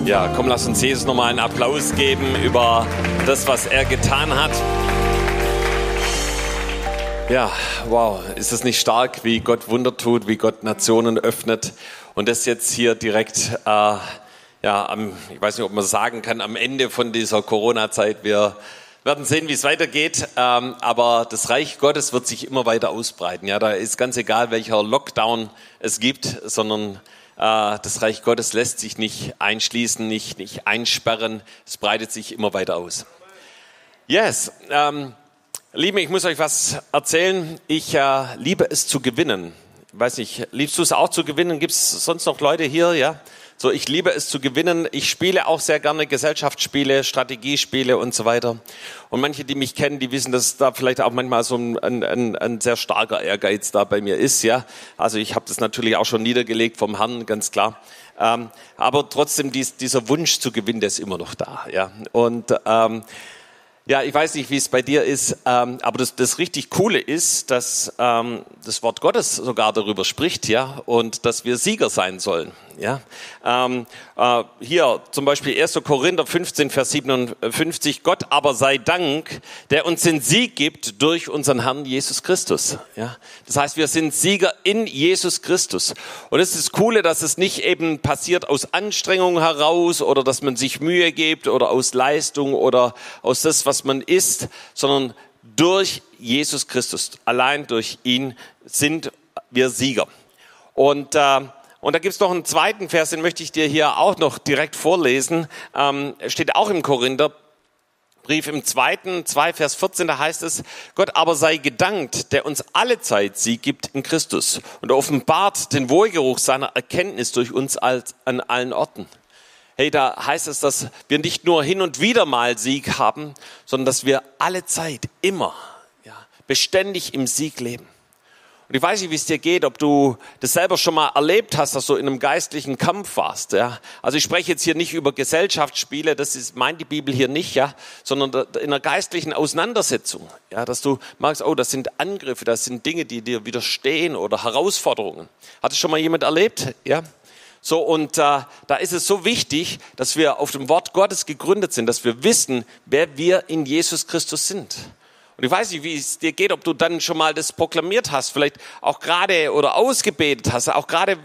Ja, komm, lass uns Jesus nochmal einen Applaus geben über das, was er getan hat. Ja, wow, ist es nicht stark, wie Gott Wunder tut, wie Gott Nationen öffnet und das jetzt hier direkt, ich weiß nicht, ob man sagen kann, am Ende von dieser Corona-Zeit. Wir werden sehen, wie es weitergeht, aber das Reich Gottes wird sich immer weiter ausbreiten. Ja, da ist ganz egal, welcher Lockdown es gibt, sondern das Reich Gottes lässt sich nicht einschließen, nicht einsperren. Es breitet sich immer weiter aus. Yes, Liebe, ich muss euch was erzählen. Ich liebe es zu gewinnen. Ich weiß nicht, liebst du es auch zu gewinnen? Gibt es sonst noch Leute hier? Ja. So, ich liebe es zu gewinnen. Ich spiele auch sehr gerne Gesellschaftsspiele, Strategiespiele und so weiter. Und manche, die mich kennen, die wissen, dass da vielleicht auch manchmal so ein sehr starker Ehrgeiz da bei mir ist. Ja, also ich habe das natürlich auch schon niedergelegt vom Herrn, ganz klar. Aber trotzdem dieser Wunsch zu gewinnen, der ist immer noch da. Ja, und ja, ich weiß nicht, wie es bei dir ist, aber das richtig Coole ist, dass das Wort Gottes sogar darüber spricht, ja, und dass wir Sieger sein sollen, ja. Hier zum Beispiel 1. Korinther 15, Vers 57, Gott aber sei Dank, der uns den Sieg gibt durch unseren Herrn Jesus Christus, ja. Das heißt, wir sind Sieger in Jesus Christus. Und es ist das Coole, dass es nicht eben passiert aus Anstrengung heraus oder dass man sich Mühe gibt oder aus Leistung oder aus das, was man ist, sondern durch Jesus Christus, allein durch ihn sind wir Sieger. Und da gibt es noch einen zweiten Vers, den möchte ich dir hier auch noch direkt vorlesen. Steht auch im Korintherbrief im 2. Vers 14, da heißt es, Gott aber sei gedankt, der uns alle Zeit Sieg gibt in Christus und offenbart den Wohlgeruch seiner Erkenntnis durch uns an allen Orten. Hey, da heißt es, dass wir nicht nur hin und wieder mal Sieg haben, sondern dass wir alle Zeit, immer, ja, beständig im Sieg leben. Und ich weiß nicht, wie es dir geht, ob du das selber schon mal erlebt hast, dass du in einem geistlichen Kampf warst. Ja? Also ich spreche jetzt hier nicht über Gesellschaftsspiele, meint die Bibel hier nicht, ja, sondern in einer geistlichen Auseinandersetzung, ja, dass du merkst, oh, das sind Angriffe, das sind Dinge, die dir widerstehen oder Herausforderungen. Hat es schon mal jemand erlebt? Ja. So, und da ist es so wichtig, dass wir auf dem Wort Gottes gegründet sind, dass wir wissen, wer wir in Jesus Christus sind. Und ich weiß nicht, wie es dir geht, ob du dann schon mal das proklamiert hast, vielleicht auch gerade oder ausgebetet hast, auch gerade,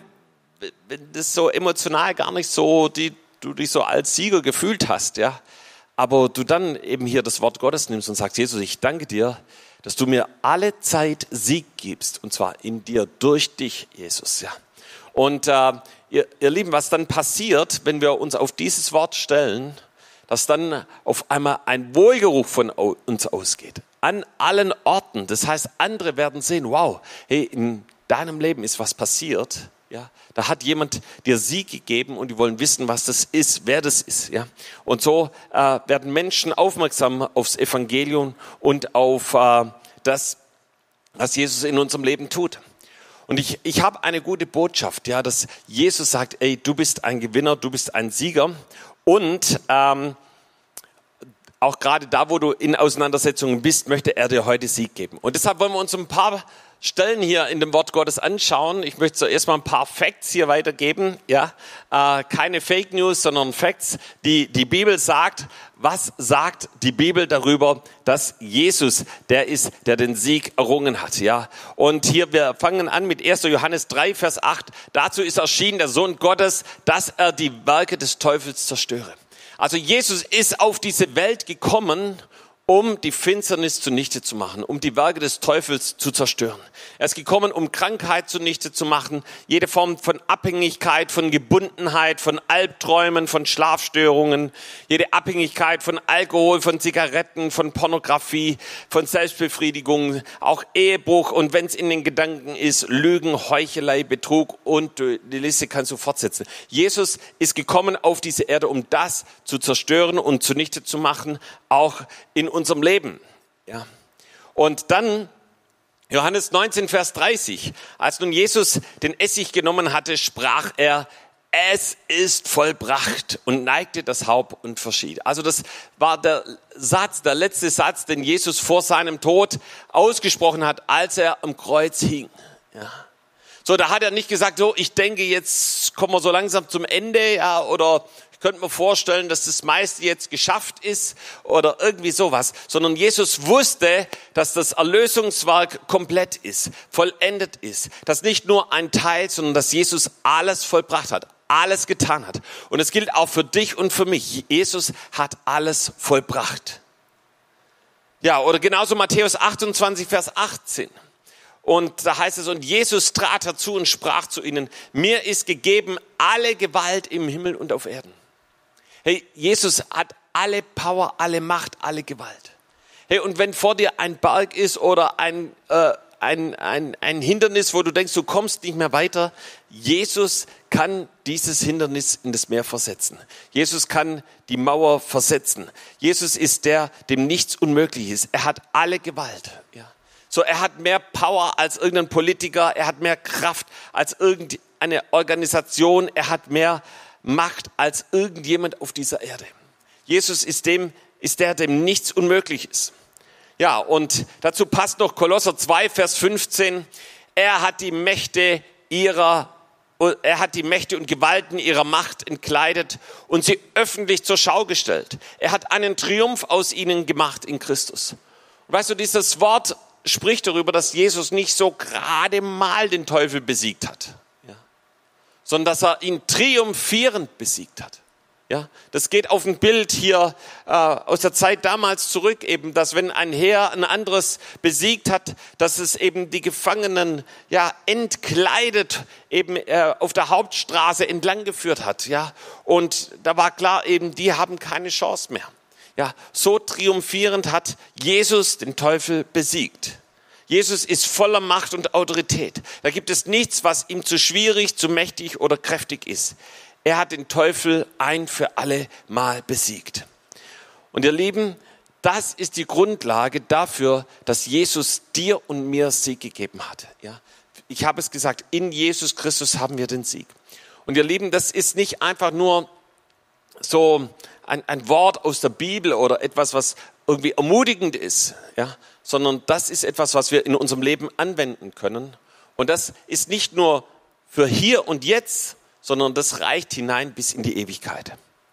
wenn das so emotional gar nicht so, du dich so als Sieger gefühlt hast, ja. Aber du dann eben hier das Wort Gottes nimmst und sagst, Jesus, ich danke dir, dass du mir alle Zeit Sieg gibst, und zwar in dir, durch dich, Jesus, ja. Und ihr Lieben, was dann passiert, wenn wir uns auf dieses Wort stellen, dass dann auf einmal ein Wohlgeruch von uns ausgeht. An allen Orten. Das heißt, andere werden sehen, wow, hey, in deinem Leben ist was passiert. Ja, da hat jemand dir Sieg gegeben und die wollen wissen, was das ist, wer das ist. Ja, und so werden Menschen aufmerksam aufs Evangelium und auf das, was Jesus in unserem Leben tut. Und ich habe eine gute Botschaft, ja, dass Jesus sagt, ey, du bist ein Gewinner, du bist ein Sieger. Und auch gerade da, wo du in Auseinandersetzungen bist, möchte er dir heute Sieg geben. Und deshalb wollen wir uns ein paar Stellen hier in dem Wort Gottes anschauen. Ich möchte zuerst mal ein paar Facts hier weitergeben. Ja, keine Fake News, sondern Facts. Die Bibel sagt, was sagt die Bibel darüber, dass Jesus der ist, der den Sieg errungen hat. Ja, und hier wir fangen an mit 1. Johannes 3, Vers 8. Dazu ist erschienen der Sohn Gottes, dass er die Werke des Teufels zerstöre. Also Jesus ist auf diese Welt gekommen, um die Finsternis zunichte zu machen, um die Werke des Teufels zu zerstören. Er ist gekommen, um Krankheit zunichte zu machen, jede Form von Abhängigkeit, von Gebundenheit, von Albträumen, von Schlafstörungen, jede Abhängigkeit von Alkohol, von Zigaretten, von Pornografie, von Selbstbefriedigung, auch Ehebruch und wenn es in den Gedanken ist, Lügen, Heuchelei, Betrug und die Liste kannst du fortsetzen. Jesus ist gekommen auf diese Erde, um das zu zerstören und zunichte zu machen, auch in unserem Leben. Ja. Und dann Johannes 19, Vers 30. Als nun Jesus den Essig genommen hatte, sprach er, es ist vollbracht und neigte das Haupt und verschied. Also das war der letzte Satz, den Jesus vor seinem Tod ausgesprochen hat, als er am Kreuz hing. Ja. So, da hat er nicht gesagt, so, ich denke, jetzt kommen wir so langsam zum Ende, ja, oder könnte man vorstellen, dass das meiste jetzt geschafft ist oder irgendwie sowas, sondern Jesus wusste, dass das Erlösungswerk komplett ist, vollendet ist, dass nicht nur ein Teil, sondern dass Jesus alles vollbracht hat, alles getan hat. Und es gilt auch für dich und für mich. Jesus hat alles vollbracht. Ja, oder genauso Matthäus 28, Vers 18. Und da heißt es, und Jesus trat herzu und sprach zu ihnen, mir ist gegeben alle Gewalt im Himmel und auf Erden. Hey, Jesus hat alle Power, alle Macht, alle Gewalt. Hey, und wenn vor dir ein Berg ist oder ein Hindernis, wo du denkst, du kommst nicht mehr weiter, Jesus kann dieses Hindernis in das Meer versetzen. Jesus kann die Mauer versetzen. Jesus ist der, dem nichts unmöglich ist. Er hat alle Gewalt. Ja. So, er hat mehr Power als irgendein Politiker, er hat mehr Kraft als irgendeine Organisation, er hat mehr Macht als irgendjemand auf dieser Erde. Jesus ist der, dem nichts unmöglich ist. Ja, und dazu passt noch Kolosser 2, Vers 15. Er hat die Mächte und Gewalten ihrer Macht entkleidet und sie öffentlich zur Schau gestellt. Er hat einen Triumph aus ihnen gemacht in Christus. Und weißt du, dieses Wort spricht darüber, dass Jesus nicht so gerade mal den Teufel besiegt hat, ja, sondern dass er ihn triumphierend besiegt hat. Ja, das geht auf ein Bild hier aus der Zeit damals zurück, eben, dass wenn ein Heer ein anderes besiegt hat, dass es eben die Gefangenen entkleidet eben auf der Hauptstraße entlang geführt hat. Ja, und da war klar eben, die haben keine Chance mehr. Ja, so triumphierend hat Jesus den Teufel besiegt. Jesus ist voller Macht und Autorität. Da gibt es nichts, was ihm zu schwierig, zu mächtig oder kräftig ist. Er hat den Teufel ein für alle Mal besiegt. Und ihr Lieben, das ist die Grundlage dafür, dass Jesus dir und mir Sieg gegeben hat. Ja? Ich habe es gesagt, in Jesus Christus haben wir den Sieg. Und ihr Lieben, das ist nicht einfach nur so ein Wort aus der Bibel oder etwas, was irgendwie ermutigend ist, ja, sondern das ist etwas, was wir in unserem Leben anwenden können. Und das ist nicht nur für hier und jetzt, sondern das reicht hinein bis in die Ewigkeit.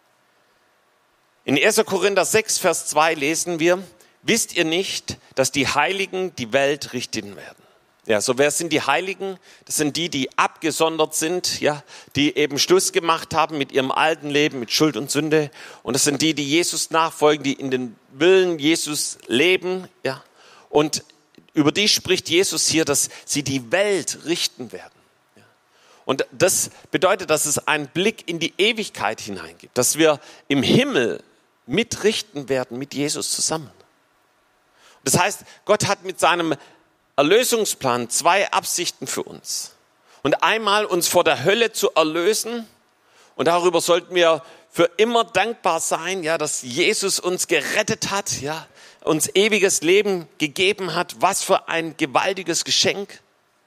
In 1. Korinther 6, Vers 2 lesen wir, wisst ihr nicht, dass die Heiligen die Welt richten werden? Ja, so wer sind die Heiligen? Das sind die, die abgesondert sind, ja, die eben Schluss gemacht haben mit ihrem alten Leben, mit Schuld und Sünde. Und das sind die, die Jesus nachfolgen, die in den Willen Jesus leben, ja. Und über die spricht Jesus hier, dass sie die Welt richten werden. Ja. Und das bedeutet, dass es einen Blick in die Ewigkeit hineingibt, dass wir im Himmel mitrichten werden mit Jesus zusammen. Das heißt, Gott hat mit seinem Erlösungsplan zwei Absichten für uns. Und einmal uns vor der Hölle zu erlösen. Und darüber sollten wir für immer dankbar sein, ja, dass Jesus uns gerettet hat, ja, uns ewiges Leben gegeben hat. Was für ein gewaltiges Geschenk.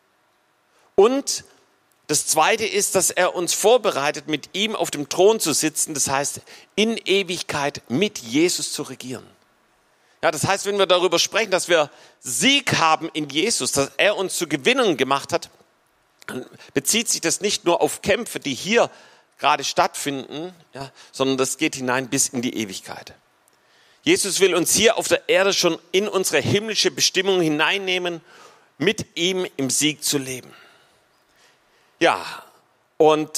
Und das Zweite ist, dass er uns vorbereitet, mit ihm auf dem Thron zu sitzen. Das heißt, in Ewigkeit mit Jesus zu regieren. Ja, das heißt, wenn wir darüber sprechen, dass wir Sieg haben in Jesus, dass er uns zu Gewinnern gemacht hat, dann bezieht sich das nicht nur auf Kämpfe, die hier gerade stattfinden, ja, sondern das geht hinein bis in die Ewigkeit. Jesus will uns hier auf der Erde schon in unsere himmlische Bestimmung hineinnehmen, mit ihm im Sieg zu leben. Ja, und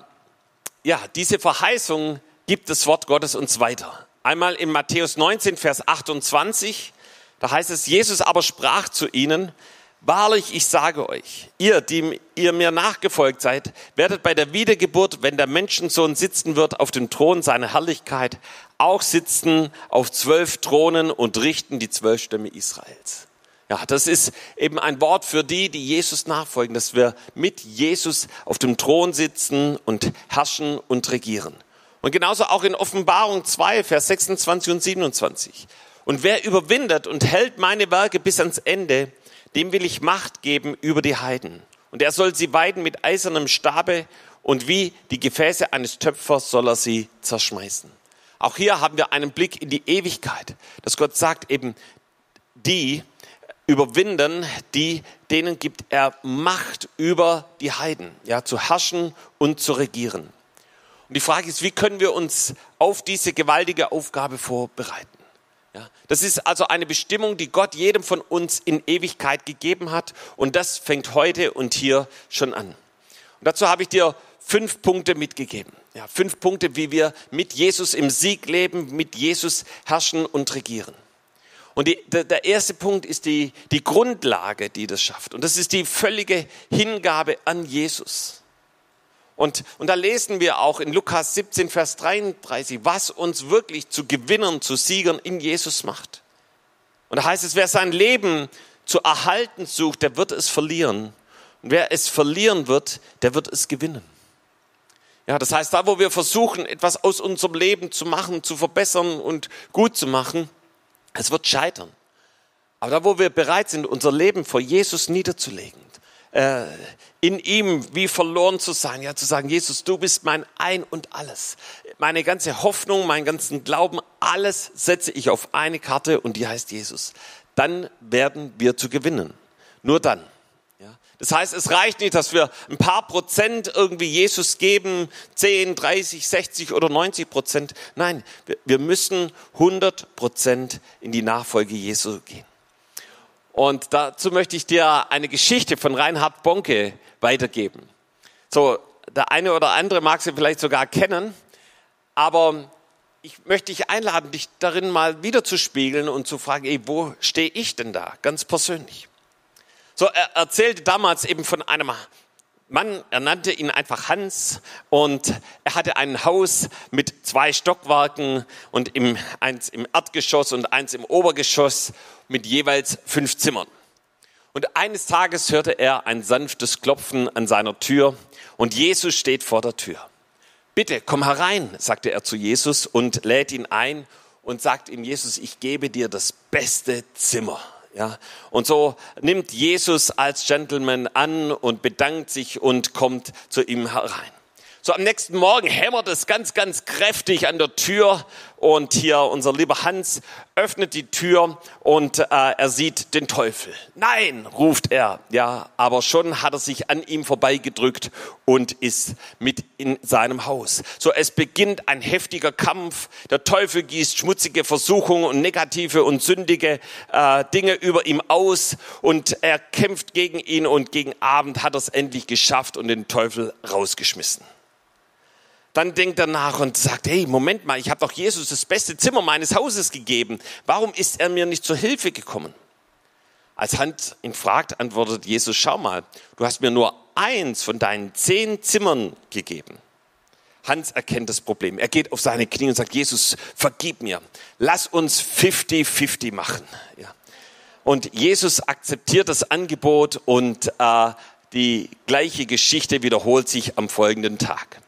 diese Verheißung gibt das Wort Gottes uns weiter. Einmal in Matthäus 19, Vers 28, da heißt es, Jesus aber sprach zu ihnen, wahrlich, ich sage euch, ihr, die ihr mir nachgefolgt seid, werdet bei der Wiedergeburt, wenn der Menschensohn sitzen wird auf dem Thron seiner Herrlichkeit, auch sitzen auf 12 Thronen und richten die 12 Stämme Israels. Ja, das ist eben ein Wort für die, die Jesus nachfolgen, dass wir mit Jesus auf dem Thron sitzen und herrschen und regieren. Und genauso auch in Offenbarung 2, Vers 26 und 27. Und wer überwindet und hält meine Werke bis ans Ende, dem will ich Macht geben über die Heiden. Und er soll sie weiden mit eisernem Stabe und wie die Gefäße eines Töpfers soll er sie zerschmeißen. Auch hier haben wir einen Blick in die Ewigkeit, dass Gott sagt eben, die überwinden, denen gibt er Macht über die Heiden, ja, zu herrschen und zu regieren. Und die Frage ist, wie können wir uns auf diese gewaltige Aufgabe vorbereiten? Ja, das ist also eine Bestimmung, die Gott jedem von uns in Ewigkeit gegeben hat. Und das fängt heute und hier schon an. Und dazu habe ich dir 5 Punkte mitgegeben. Ja, 5 Punkte, wie wir mit Jesus im Sieg leben, mit Jesus herrschen und regieren. Und der erste Punkt ist die Grundlage, die das schafft. Und das ist die völlige Hingabe an Jesus. Und da lesen wir auch in Lukas 17, Vers 33, was uns wirklich zu Gewinnern, zu Siegern in Jesus macht. Und da heißt es, wer sein Leben zu erhalten sucht, der wird es verlieren. Und wer es verlieren wird, der wird es gewinnen. Ja, das heißt, da wo wir versuchen, etwas aus unserem Leben zu machen, zu verbessern und gut zu machen, es wird scheitern. Aber da wo wir bereit sind, unser Leben vor Jesus niederzulegen, in ihm wie verloren zu sein, ja, zu sagen, Jesus, du bist mein Ein und Alles. Meine ganze Hoffnung, meinen ganzen Glauben, alles setze ich auf eine Karte und die heißt Jesus. Dann werden wir zu gewinnen. Nur dann. Ja. Das heißt, es reicht nicht, dass wir ein paar Prozent irgendwie Jesus geben, 10, 30, 60 oder 90%. Nein, wir müssen 100% in die Nachfolge Jesu gehen. Und dazu möchte ich dir eine Geschichte von Reinhard Bonke weitergeben. So, der eine oder andere mag sie vielleicht sogar kennen, aber ich möchte dich einladen, dich darin mal wiederzuspiegeln und zu fragen, wo stehe ich denn da, ganz persönlich? So, er erzählte damals eben von einem Mann, er nannte ihn einfach Hans und er hatte ein Haus mit 2 Stockwerken und eins im Erdgeschoss und eins im Obergeschoss mit jeweils 5 Zimmern. Und eines Tages hörte er ein sanftes Klopfen an seiner Tür und Jesus steht vor der Tür. Bitte, komm herein, sagte er zu Jesus und lädt ihn ein und sagt ihm, Jesus, ich gebe dir das beste Zimmer. Ja, und so nimmt Jesus als Gentleman an und bedankt sich und kommt zu ihm herein. So am nächsten Morgen hämmert es ganz, ganz kräftig an der Tür und hier unser lieber Hans öffnet die Tür und er sieht den Teufel. Nein, ruft er, ja, aber schon hat er sich an ihm vorbeigedrückt und ist mit in seinem Haus. So, es beginnt ein heftiger Kampf. Der Teufel gießt schmutzige Versuchungen und negative und sündige Dinge über ihm aus und er kämpft gegen ihn und gegen Abend hat er es endlich geschafft und den Teufel rausgeschmissen. Dann denkt er nach und sagt, hey, Moment mal, ich habe doch Jesus das beste Zimmer meines Hauses gegeben. Warum ist er mir nicht zur Hilfe gekommen? Als Hans ihn fragt, antwortet Jesus, schau mal, du hast mir nur 1 von deinen 10 Zimmern gegeben. Hans erkennt das Problem. Er geht auf seine Knie und sagt, Jesus, vergib mir. Lass uns 50-50 machen. Ja. Und Jesus akzeptiert das Angebot und die gleiche Geschichte wiederholt sich am folgenden Tag.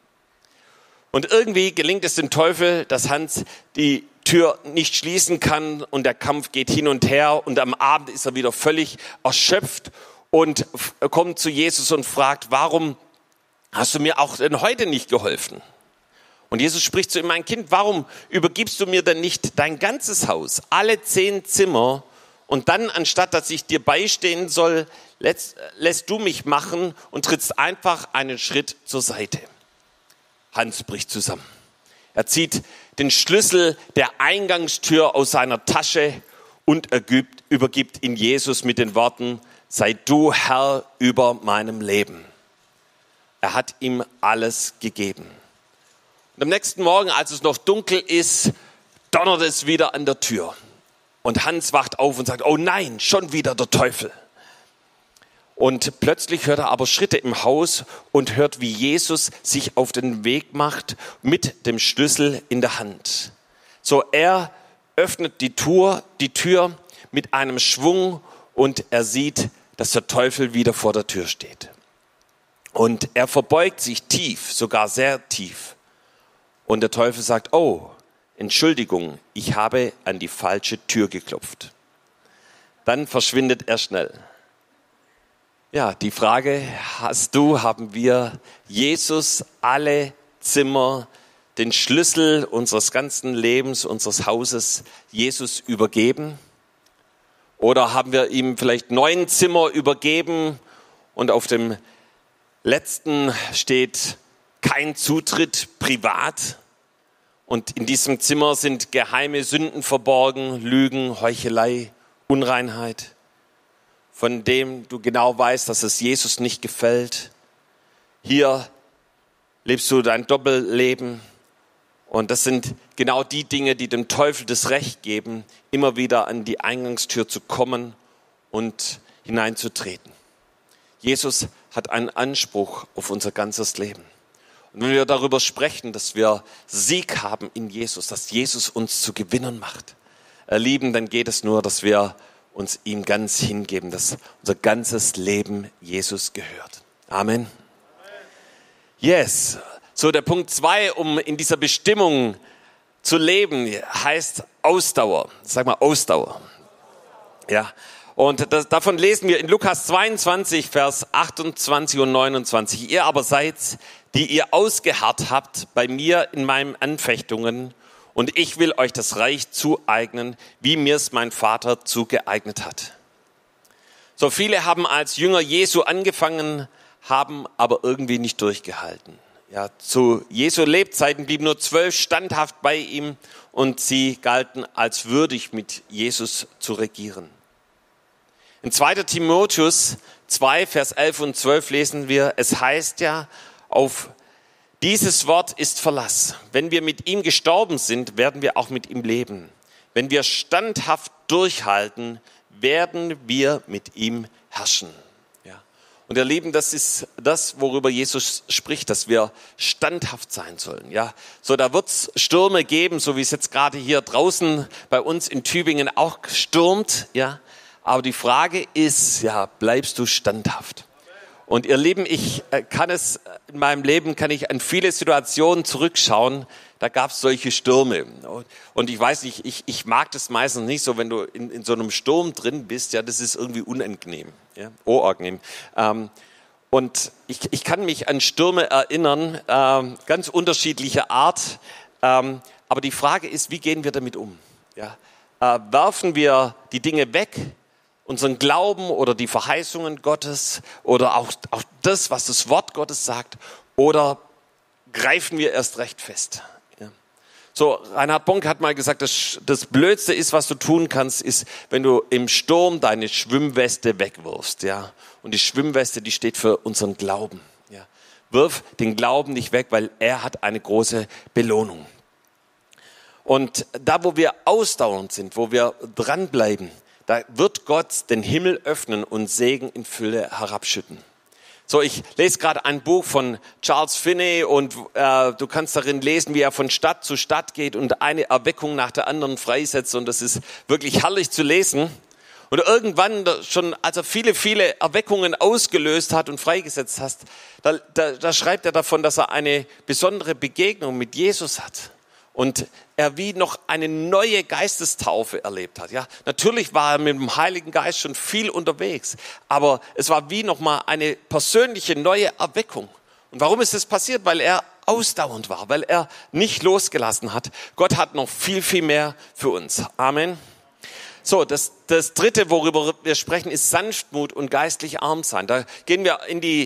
Und irgendwie gelingt es dem Teufel, dass Hans die Tür nicht schließen kann und der Kampf geht hin und her und am Abend ist er wieder völlig erschöpft und kommt zu Jesus und fragt, warum hast du mir auch denn heute nicht geholfen? Und Jesus spricht zu ihm, mein Kind, warum übergibst du mir denn nicht dein ganzes Haus, alle 10 Zimmer und dann, anstatt dass ich dir beistehen soll, lässt du mich machen und trittst einfach einen Schritt zur Seite. Hans bricht zusammen. Er zieht den Schlüssel der Eingangstür aus seiner Tasche und übergibt ihn Jesus mit den Worten, sei du Herr über meinem Leben. Er hat ihm alles gegeben. Und am nächsten Morgen, als es noch dunkel ist, donnert es wieder an der Tür. Und Hans wacht auf und sagt, oh nein, schon wieder der Teufel. Und plötzlich hört er aber Schritte im Haus und hört, wie Jesus sich auf den Weg macht mit dem Schlüssel in der Hand. So, er öffnet die Tür mit einem Schwung und er sieht, dass der Teufel wieder vor der Tür steht. Und er verbeugt sich tief, sogar sehr tief. Und der Teufel sagt, oh, Entschuldigung, ich habe an die falsche Tür geklopft. Dann verschwindet er schnell. Ja, die Frage haben wir Jesus alle Zimmer, den Schlüssel unseres ganzen Lebens, unseres Hauses Jesus übergeben? Oder haben wir ihm vielleicht 9 Zimmer übergeben und auf dem letzten steht kein Zutritt privat. Und in diesem Zimmer sind geheime Sünden verborgen, Lügen, Heuchelei, Unreinheit, von dem du genau weißt, dass es Jesus nicht gefällt. Hier lebst du dein Doppelleben. Und das sind genau die Dinge, die dem Teufel das Recht geben, immer wieder an die Eingangstür zu kommen und hineinzutreten. Jesus hat einen Anspruch auf unser ganzes Leben. Und wenn wir darüber sprechen, dass wir Sieg haben in Jesus, dass Jesus uns zu Gewinnern macht, lieben, dann geht es nur, dass wir uns ihm ganz hingeben, dass unser ganzes Leben Jesus gehört. Amen. Yes. So, der Punkt 2, um in dieser Bestimmung zu leben, heißt Ausdauer. Sag mal Ausdauer. Ja. Und davon lesen wir in Lukas 22, Vers 28 und 29. Ihr aber seid, die ihr ausgeharrt habt bei mir in meinen Anfechtungen, und ich will euch das Reich zueignen, wie mir es mein Vater zugeeignet hat. So, viele haben als Jünger Jesu angefangen, haben aber irgendwie nicht durchgehalten. Ja, zu Jesu Lebzeiten blieben nur 12 standhaft bei ihm und sie galten als würdig, mit Jesus zu regieren. In 2. Timotheus 2, Vers 11 und 12 lesen wir, es heißt ja, auf dieses Wort ist Verlass. Wenn wir mit ihm gestorben sind, werden wir auch mit ihm leben. Wenn wir standhaft durchhalten, werden wir mit ihm herrschen. Ja. Und ihr Lieben, das ist das, worüber Jesus spricht, dass wir standhaft sein sollen. Ja. So, da wird es Stürme geben, so wie es jetzt gerade hier draußen bei uns in Tübingen auch stürmt, ja. Aber die Frage ist, ja, bleibst du standhaft? Und ihr Lieben, in meinem Leben kann ich an viele Situationen zurückschauen, da gab es solche Stürme. Und ich weiß nicht, ich mag das meistens nicht so, wenn du in so einem Sturm drin bist, ja, das ist irgendwie unangenehm, ja, unangenehm. Und ich kann mich an Stürme erinnern, ganz unterschiedlicher Art. Aber die Frage ist, wie gehen wir damit um? Ja? Werfen wir die Dinge weg, unseren Glauben oder die Verheißungen Gottes oder auch das, was das Wort Gottes sagt, oder greifen wir erst recht fest? Ja. So, Reinhard Bonk hat mal gesagt, das Blödste ist, was du tun kannst, ist, wenn du im Sturm deine Schwimmweste wegwirfst. Ja. Und die Schwimmweste, die steht für unseren Glauben. Ja. Wirf den Glauben nicht weg, weil er hat eine große Belohnung. Und da, wo wir ausdauernd sind, wo wir dranbleiben, da wird Gott den Himmel öffnen und Segen in Fülle herabschütten. So, ich lese gerade ein Buch von Charles Finney und du kannst darin lesen, wie er von Stadt zu Stadt geht und eine Erweckung nach der anderen freisetzt. Und das ist wirklich herrlich zu lesen. Und irgendwann schon, als er viele, viele Erweckungen ausgelöst hat und freigesetzt hat, da schreibt er davon, dass er eine besondere Begegnung mit Jesus hat. Und er wie noch eine neue Geistestaufe erlebt hat. Ja, natürlich war er mit dem Heiligen Geist schon viel unterwegs, aber es war wie noch mal eine persönliche neue Erweckung. Und warum ist das passiert? Weil er ausdauernd war, weil er nicht losgelassen hat. Gott hat noch viel, viel mehr für uns. Amen. So, das Dritte, worüber wir sprechen, ist Sanftmut und geistlich arm sein. Da gehen wir in die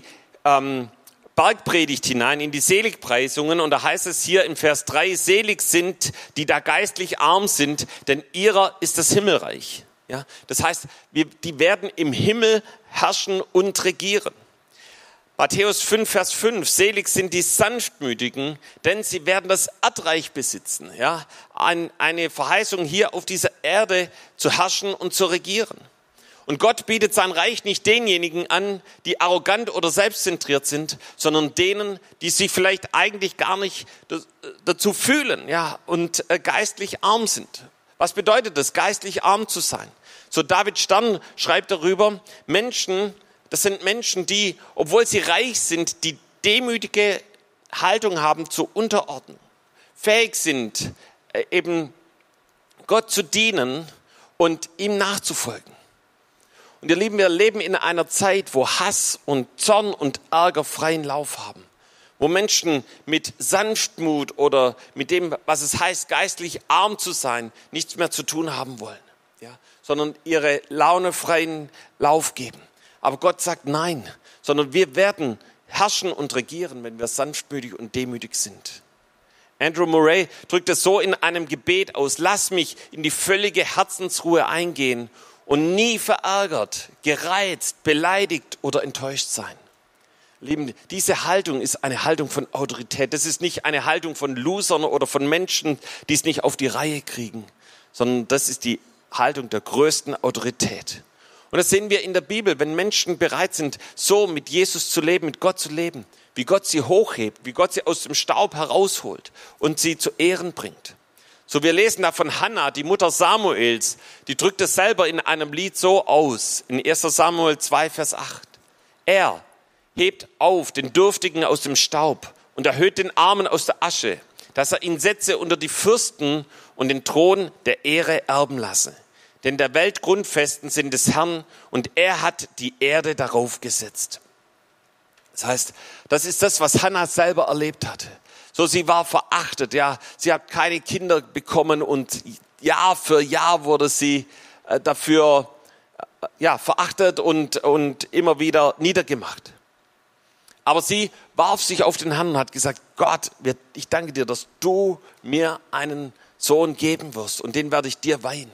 Bergpredigt hinein, in die Seligpreisungen, und da heißt es hier im Vers 3, selig sind, die da geistlich arm sind, denn ihrer ist das Himmelreich. Ja, das heißt, die werden im Himmel herrschen und regieren. Matthäus 5, Vers 5, selig sind die Sanftmütigen, denn sie werden das Erdreich besitzen. Ja, eine Verheißung hier auf dieser Erde zu herrschen und zu regieren. Und Gott bietet sein Reich nicht denjenigen an, die arrogant oder selbstzentriert sind, sondern denen, die sich vielleicht eigentlich gar nicht dazu fühlen, ja, und geistlich arm sind. Was bedeutet es, geistlich arm zu sein? So, David Stern schreibt darüber, das sind Menschen, die, obwohl sie reich sind, die demütige Haltung haben zur Unterordnung, fähig sind, eben Gott zu dienen und ihm nachzufolgen. Und ihr Lieben, wir leben in einer Zeit, wo Hass und Zorn und Ärger freien Lauf haben. Wo Menschen mit Sanftmut oder mit dem, was es heißt, geistlich arm zu sein, nichts mehr zu tun haben wollen. Ja? Sondern ihre Laune freien Lauf geben. Aber Gott sagt nein, sondern wir werden herrschen und regieren, wenn wir sanftmütig und demütig sind. Andrew Murray drückt es so in einem Gebet aus: Lass mich in die völlige Herzensruhe eingehen und nie verärgert, gereizt, beleidigt oder enttäuscht sein. Lieben, diese Haltung ist eine Haltung von Autorität. Das ist nicht eine Haltung von Losern oder von Menschen, die es nicht auf die Reihe kriegen, sondern das ist die Haltung der größten Autorität. Und das sehen wir in der Bibel, wenn Menschen bereit sind, so mit Jesus zu leben, mit Gott zu leben, wie Gott sie hochhebt, wie Gott sie aus dem Staub herausholt und sie zu Ehren bringt. So, wir lesen da von Hannah, die Mutter Samuels, die drückt es selber in einem Lied so aus, in 1. Samuel 2, Vers 8. Er hebt auf den Dürftigen aus dem Staub und erhöht den Armen aus der Asche, dass er ihn setze unter die Fürsten und den Thron der Ehre erben lasse. Denn der Welt Grundfesten sind des Herrn und er hat die Erde darauf gesetzt. Das heißt, das ist das, was Hannah selber erlebt hatte. So, sie war verachtet, ja, sie hat keine Kinder bekommen und Jahr für Jahr wurde sie dafür verachtet und immer wieder niedergemacht. Aber sie warf sich auf den Herrn und hat gesagt: Gott, ich danke dir, dass du mir einen Sohn geben wirst und den werde ich dir weihen.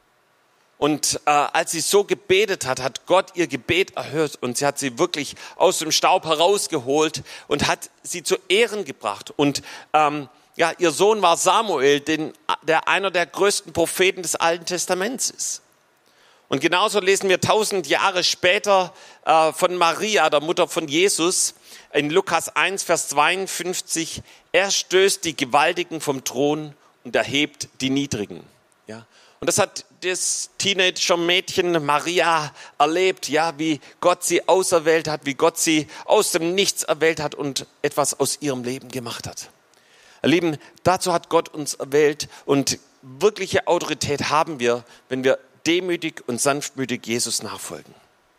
Und als sie so gebetet hat, hat Gott ihr Gebet erhört und sie hat sie wirklich aus dem Staub herausgeholt und hat sie zu Ehren gebracht. Und ihr Sohn war Samuel, der einer der größten Propheten des Alten Testaments ist. Und genauso lesen wir 1000 Jahre später von Maria, der Mutter von Jesus, in Lukas 1, Vers 52, er stößt die Gewaltigen vom Thron und erhebt die Niedrigen. Ja. Und das hat das Teenager-Mädchen Maria erlebt, ja, wie Gott sie auserwählt hat, wie Gott sie aus dem Nichts erwählt hat und etwas aus ihrem Leben gemacht hat. Ihr Lieben, dazu hat Gott uns erwählt und wirkliche Autorität haben wir, wenn wir demütig und sanftmütig Jesus nachfolgen.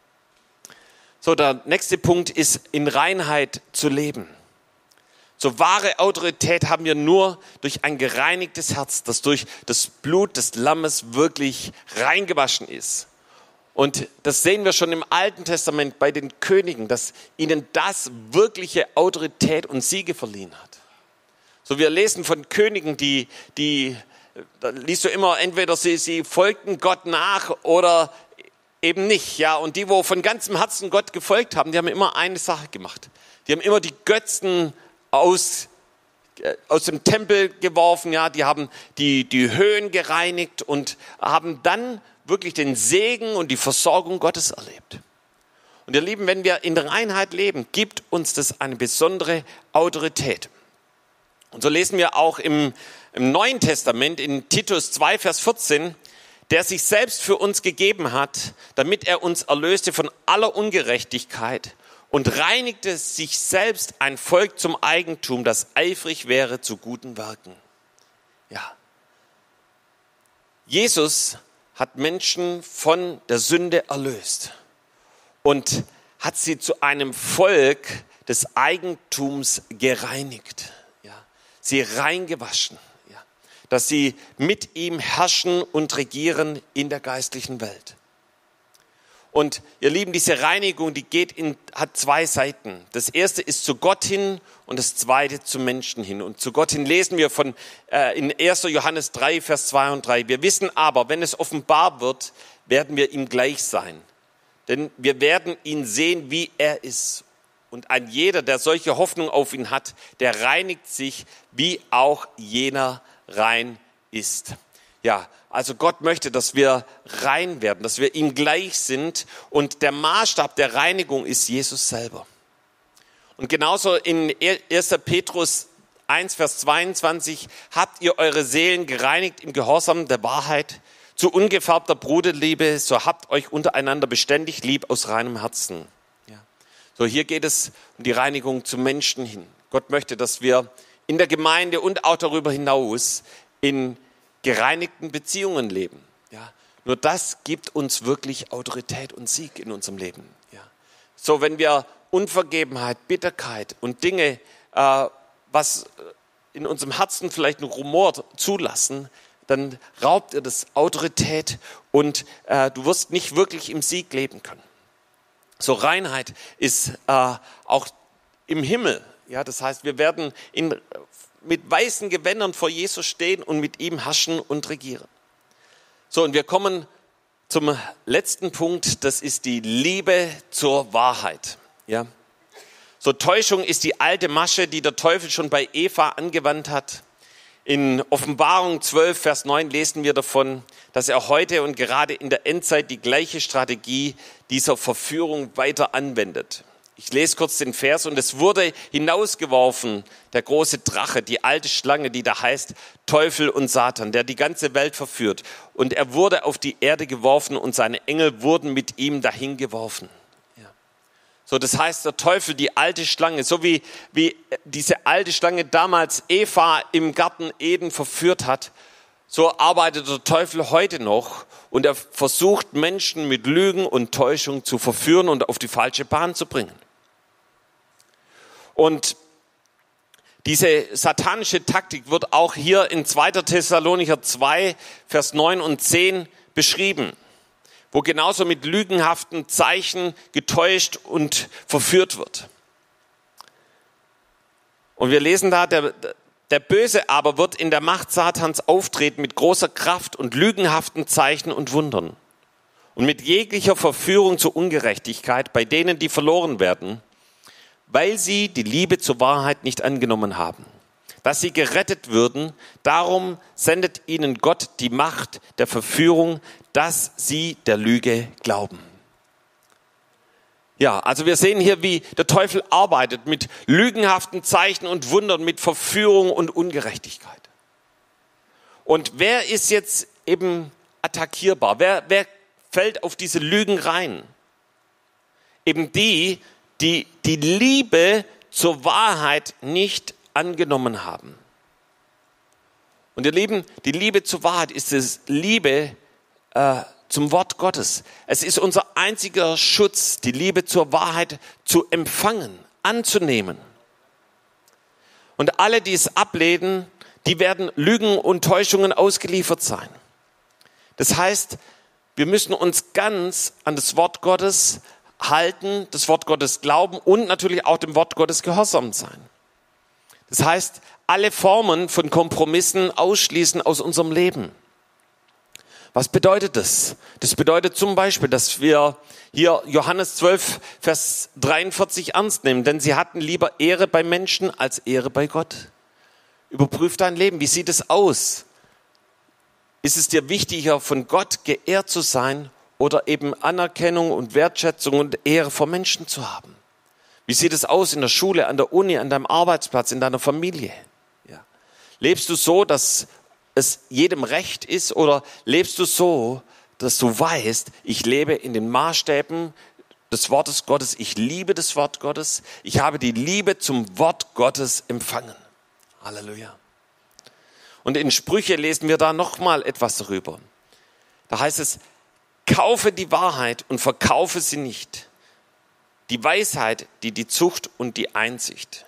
So, der nächste Punkt ist, in Reinheit zu leben. So, wahre Autorität haben wir nur durch ein gereinigtes Herz, das durch das Blut des Lammes wirklich reingewaschen ist. Und das sehen wir schon im Alten Testament bei den Königen, dass ihnen das wirkliche Autorität und Siege verliehen hat. So, wir lesen von Königen, da liest du immer, entweder sie folgten Gott nach oder eben nicht. Ja? Und die, wo von ganzem Herzen Gott gefolgt haben, die haben immer eine Sache gemacht. Die haben immer die Götzen aus dem Tempel geworfen, ja, die haben die Höhen gereinigt und haben dann wirklich den Segen und die Versorgung Gottes erlebt. Und ihr Lieben, wenn wir in der Reinheit leben, gibt uns das eine besondere Autorität. Und so lesen wir auch im Neuen Testament in Titus 2, Vers 14, der sich selbst für uns gegeben hat, damit er uns erlöste von aller Ungerechtigkeit und reinigte sich selbst ein Volk zum Eigentum, das eifrig wäre zu guten Werken. Ja. Jesus hat Menschen von der Sünde erlöst und hat sie zu einem Volk des Eigentums gereinigt. Ja. Sie reingewaschen, ja. Dass sie mit ihm herrschen und regieren in der geistlichen Welt. Und ihr Lieben, diese Reinigung, die hat zwei Seiten. Das erste ist zu Gott hin und das zweite zum Menschen hin. Und zu Gott hin lesen wir in 1. Johannes 3, Vers 2 und 3. Wir wissen aber, wenn es offenbar wird, werden wir ihm gleich sein. Denn wir werden ihn sehen, wie er ist. Und ein jeder, der solche Hoffnung auf ihn hat, der reinigt sich, wie auch jener rein ist. Ja, also Gott möchte, dass wir rein werden, dass wir ihm gleich sind. Und der Maßstab der Reinigung ist Jesus selber. Und genauso in 1. Petrus 1, Vers 22, habt ihr eure Seelen gereinigt im Gehorsam der Wahrheit, zu ungefärbter Bruderliebe, so habt euch untereinander beständig lieb aus reinem Herzen. Ja. So, hier geht es um die Reinigung zum Menschen hin. Gott möchte, dass wir in der Gemeinde und auch darüber hinaus in gereinigten Beziehungen leben. Ja. Nur das gibt uns wirklich Autorität und Sieg in unserem Leben. Ja. So, wenn wir Unvergebenheit, Bitterkeit und Dinge, was in unserem Herzen vielleicht einen Rumor zulassen, dann raubt dir das Autorität und du wirst nicht wirklich im Sieg leben können. So, Reinheit ist auch im Himmel. Ja, das heißt, wir werden mit weißen Gewändern vor Jesus stehen und mit ihm herrschen und regieren. So, und wir kommen zum letzten Punkt, das ist die Liebe zur Wahrheit. Ja. So, Täuschung ist die alte Masche, die der Teufel schon bei Eva angewandt hat. In Offenbarung 12, Vers 9 lesen wir davon, dass er heute und gerade in der Endzeit die gleiche Strategie dieser Verführung weiter anwendet. Ich lese kurz den Vers: Und es wurde hinausgeworfen, der große Drache, die alte Schlange, die da heißt Teufel und Satan, der die ganze Welt verführt. Und er wurde auf die Erde geworfen und seine Engel wurden mit ihm dahin geworfen. Ja. So, das heißt, der Teufel, die alte Schlange, so wie diese alte Schlange damals Eva im Garten Eden verführt hat, so arbeitet der Teufel heute noch und er versucht, Menschen mit Lügen und Täuschung zu verführen und auf die falsche Bahn zu bringen. Und diese satanische Taktik wird auch hier in 2. Thessalonicher 2, Vers 9 und 10 beschrieben, wo genauso mit lügenhaften Zeichen getäuscht und verführt wird. Und wir lesen da, der Böse aber wird in der Macht Satans auftreten mit großer Kraft und lügenhaften Zeichen und Wundern und mit jeglicher Verführung zur Ungerechtigkeit bei denen, die verloren werden, weil sie die Liebe zur Wahrheit nicht angenommen haben, dass sie gerettet würden. Darum sendet ihnen Gott die Macht der Verführung, dass sie der Lüge glauben. Ja, also wir sehen hier, wie der Teufel arbeitet mit lügenhaften Zeichen und Wundern, mit Verführung und Ungerechtigkeit. Und wer ist jetzt eben attackierbar? Wer fällt auf diese Lügen rein? Eben die Liebe zur Wahrheit nicht angenommen haben. Und ihr Lieben, die Liebe zur Wahrheit ist es Liebe zum Wort Gottes. Es ist unser einziger Schutz, die Liebe zur Wahrheit zu empfangen, anzunehmen. Und alle, die es ablehnen, die werden Lügen und Täuschungen ausgeliefert sein. Das heißt, wir müssen uns ganz an das Wort Gottes halten, das Wort Gottes glauben und natürlich auch dem Wort Gottes gehorsam sein. Das heißt, alle Formen von Kompromissen ausschließen aus unserem Leben. Was bedeutet das? Das bedeutet zum Beispiel, dass wir hier Johannes 12, Vers 43 ernst nehmen, denn sie hatten lieber Ehre bei Menschen als Ehre bei Gott. Überprüf dein Leben. Wie sieht es aus? Ist es dir wichtiger, von Gott geehrt zu sein oder eben Anerkennung und Wertschätzung und Ehre vor Menschen zu haben? Wie sieht es aus in der Schule, an der Uni, an deinem Arbeitsplatz, in deiner Familie? Ja. Lebst du so, dass es jedem recht ist, oder lebst du so, dass du weißt, ich lebe in den Maßstäben des Wortes Gottes, ich liebe das Wort Gottes, ich habe die Liebe zum Wort Gottes empfangen. Halleluja. Und in Sprüche lesen wir da nochmal etwas darüber. Da heißt es: Kaufe die Wahrheit und verkaufe sie nicht. Die Weisheit, die Zucht und die Einsicht.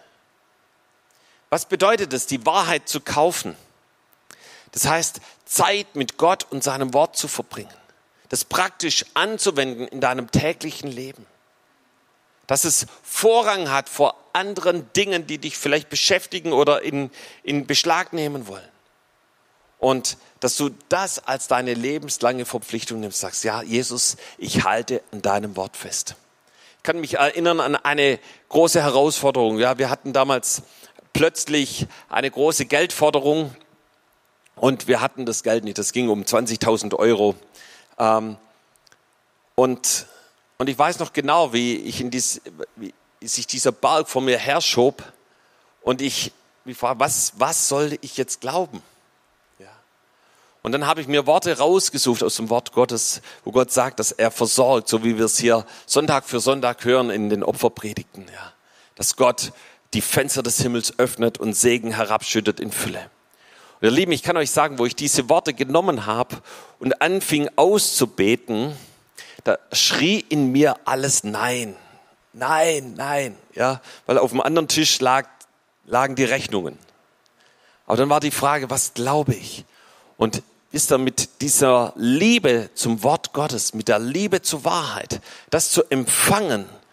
Was bedeutet es, die Wahrheit zu kaufen? Das heißt, Zeit mit Gott und seinem Wort zu verbringen. Das praktisch anzuwenden in deinem täglichen Leben. Dass es Vorrang hat vor anderen Dingen, die dich vielleicht beschäftigen oder in Beschlag nehmen wollen. Und dass du das als deine lebenslange Verpflichtung nimmst, sagst, ja, Jesus, ich halte an deinem Wort fest. Ich kann mich erinnern an eine große Herausforderung. Ja, wir hatten damals plötzlich eine große Geldforderung und wir hatten das Geld nicht. Das ging um 20.000 Euro. Und ich weiß noch genau, wie sich dieser Berg vor mir herschob und ich fragte, was soll ich jetzt glauben? Ja. Und dann habe ich mir Worte rausgesucht aus dem Wort Gottes, wo Gott sagt, dass er versorgt, so wie wir es hier Sonntag für Sonntag hören in den Opferpredigten. Ja. Dass Gott die Fenster des Himmels öffnet und Segen herabschüttet in Fülle. Und ihr Lieben, ich kann euch sagen, wo ich diese Worte genommen habe und anfing auszubeten, da schrie in mir alles Nein, Nein, Nein. Ja, weil auf dem anderen Tisch lagen die Rechnungen. Aber dann war die Frage, was glaube ich? Und ist da mit dieser Liebe zum Wort Gottes, mit der Liebe zur Wahrheit, das zu empfangen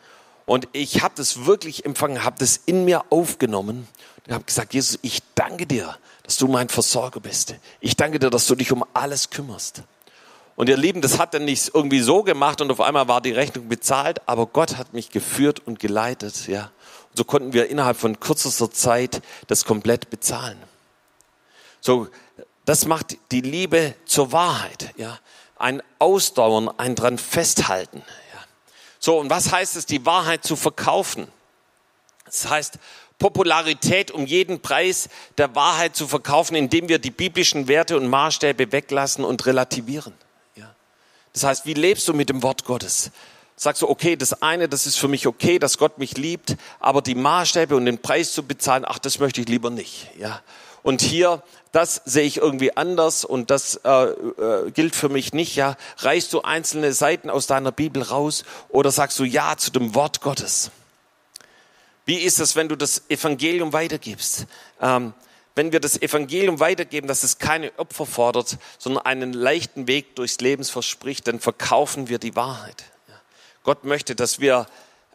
Und ich habe das wirklich empfangen, habe das in mir aufgenommen und habe gesagt, Jesus, ich danke dir, dass du mein Versorger bist. Ich danke dir, dass du dich um alles kümmerst. Und ihr Lieben, das hat er nicht irgendwie so gemacht und auf einmal war die Rechnung bezahlt, aber Gott hat mich geführt und geleitet, ja. Und so konnten wir innerhalb von kürzester Zeit das komplett bezahlen. So, das macht die Liebe zur Wahrheit, ja. Ein Ausdauern, ein dran festhalten, ja. So, und was heißt es, die Wahrheit zu verkaufen? Das heißt, Popularität um jeden Preis der Wahrheit zu verkaufen, indem wir die biblischen Werte und Maßstäbe weglassen und relativieren. Ja. Das heißt, wie lebst du mit dem Wort Gottes? Sagst du, okay, das eine, das ist für mich okay, dass Gott mich liebt, aber die Maßstäbe und den Preis zu bezahlen, ach, das möchte ich lieber nicht. Ja. Und hier, das sehe ich irgendwie anders und das gilt für mich nicht. Ja. Reißt du einzelne Seiten aus deiner Bibel raus oder sagst du Ja zu dem Wort Gottes? Wie ist es, wenn du das Evangelium weitergibst? Wenn wir das Evangelium weitergeben, dass es keine Opfer fordert, sondern einen leichten Weg durchs Leben verspricht, dann verkaufen wir die Wahrheit. Gott möchte, dass wir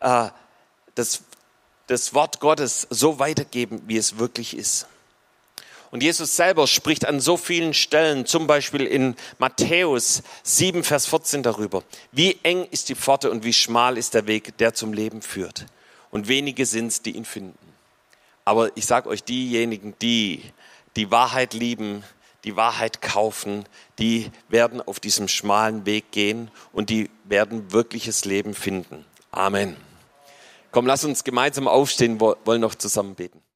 das Wort Gottes so weitergeben, wie es wirklich ist. Und Jesus selber spricht an so vielen Stellen, zum Beispiel in Matthäus 7, Vers 14 darüber. Wie eng ist die Pforte und wie schmal ist der Weg, der zum Leben führt. Und wenige sind es, die ihn finden. Aber ich sage euch, diejenigen, die die Wahrheit lieben, die Wahrheit kaufen, die werden auf diesem schmalen Weg gehen und die werden wirkliches Leben finden. Amen. Komm, lass uns gemeinsam aufstehen, wollen noch zusammen beten.